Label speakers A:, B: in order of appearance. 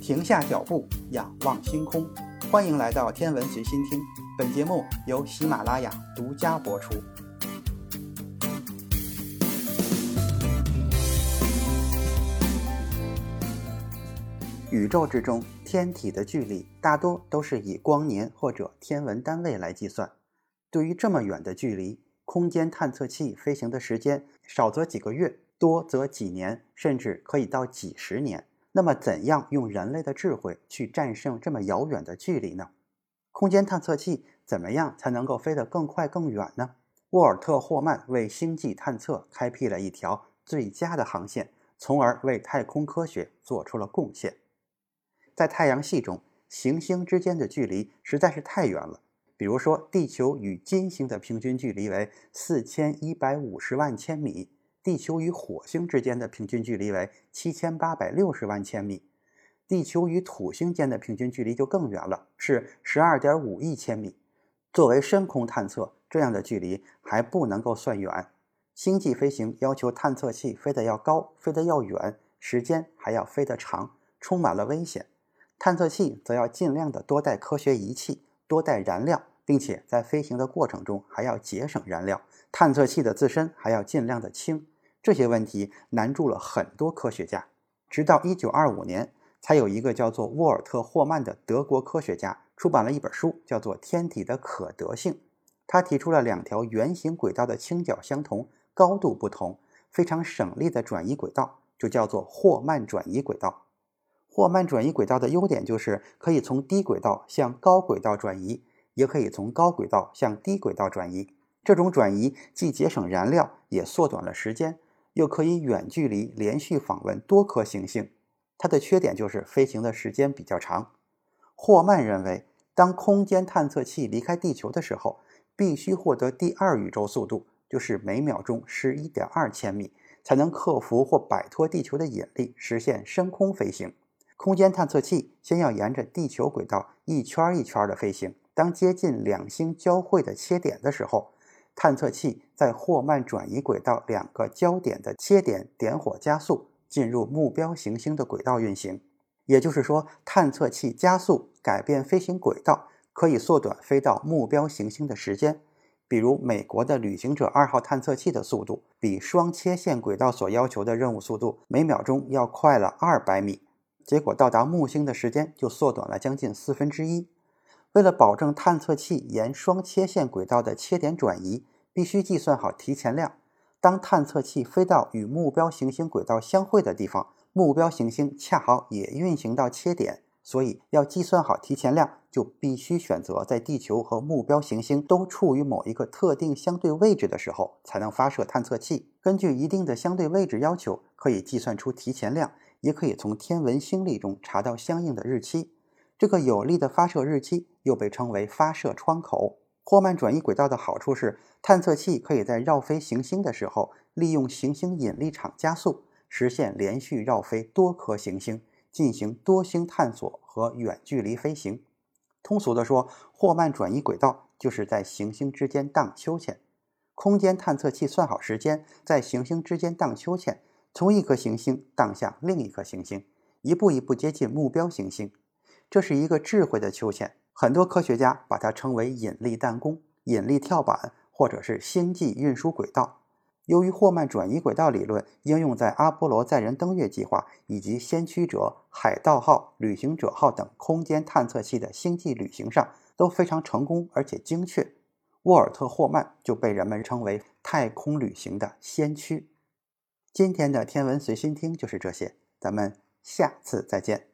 A: 停下脚步，仰望星空。欢迎来到天文随心听，本节目由喜马拉雅独家播出。宇宙之中，天体的距离大多都是以光年或者天文单位来计算。对于这么远的距离，空间探测器飞行的时间少则几个月，多则几年，甚至可以到几十年。那么怎样用人类的智慧去战胜这么遥远的距离呢？空间探测器怎么样才能够飞得更快更远呢？沃尔特·霍曼为星际探测开辟了一条最佳的航线，从而为太空科学做出了贡献。在太阳系中，行星之间的距离实在是太远了。比如说，地球与金星的平均距离为4150万千米，地球与火星之间的平均距离为7860万千米，地球与土星间的平均距离就更远了，是12.5亿千米。作为深空探测，这样的距离还不能够算远。星际飞行要求探测器飞得要高，飞得要远，时间还要飞得长，充满了危险。探测器则要尽量的多带科学仪器，多带燃料，并且在飞行的过程中还要节省燃料，探测器的自身还要尽量的轻。这些问题难住了很多科学家，直到1925年，才有一个叫做沃尔特·霍曼的德国科学家出版了一本书，叫做《天体的可得性》。他提出了两条圆形轨道的倾角相同，高度不同，非常省力的转移轨道，就叫做霍曼转移轨道。霍曼转移轨道的优点就是可以从低轨道向高轨道转移，也可以从高轨道向低轨道转移。这种转移既节省燃料，也缩短了时间，又可以远距离连续访问多颗行星。它的缺点就是飞行的时间比较长。霍曼认为，当空间探测器离开地球的时候，必须获得第二宇宙速度，就是每秒钟11.2千米，才能克服或摆脱地球的引力，实现升空飞行。空间探测器先要沿着地球轨道一圈一圈的飞行，当接近两星交汇的切点的时候，探测器在霍曼转移轨道两个交点的切点点火加速，进入目标行星的轨道运行。也就是说，探测器加速改变飞行轨道，可以缩短飞到目标行星的时间。比如美国的旅行者2号探测器的速度，比双切线轨道所要求的任务速度每秒钟要快了200米，结果到达木星的时间就缩短了将近1/4。为了保证探测器沿双切线轨道的切点转移，必须计算好提前量。当探测器飞到与目标行星轨道相会的地方，目标行星恰好也运行到切点，所以要计算好提前量，就必须选择在地球和目标行星都处于某一个特定相对位置的时候才能发射探测器。根据一定的相对位置要求，可以计算出提前量，也可以从天文星历中查到相应的日期。这个有利的发射日期又被称为发射窗口。霍曼转移轨道的好处是，探测器可以在绕飞行星的时候，利用行星引力场加速，实现连续绕飞多颗行星，进行多星探索和远距离飞行。通俗地说，霍曼转移轨道就是在行星之间荡秋千。空间探测器算好时间，在行星之间荡秋千，从一颗行星荡向另一颗行星，一步一步接近目标行星。这是一个智慧的秋千，很多科学家把它称为引力弹弓、引力跳板，或者是星际运输轨道。由于霍曼转移轨道理论应用在阿波罗载人登月计划以及先驱者、海盗号、旅行者号等空间探测器的星际旅行上都非常成功而且精确，沃尔特·霍曼就被人们称为太空旅行的先驱。今天的天文随心听就是这些，咱们下次再见。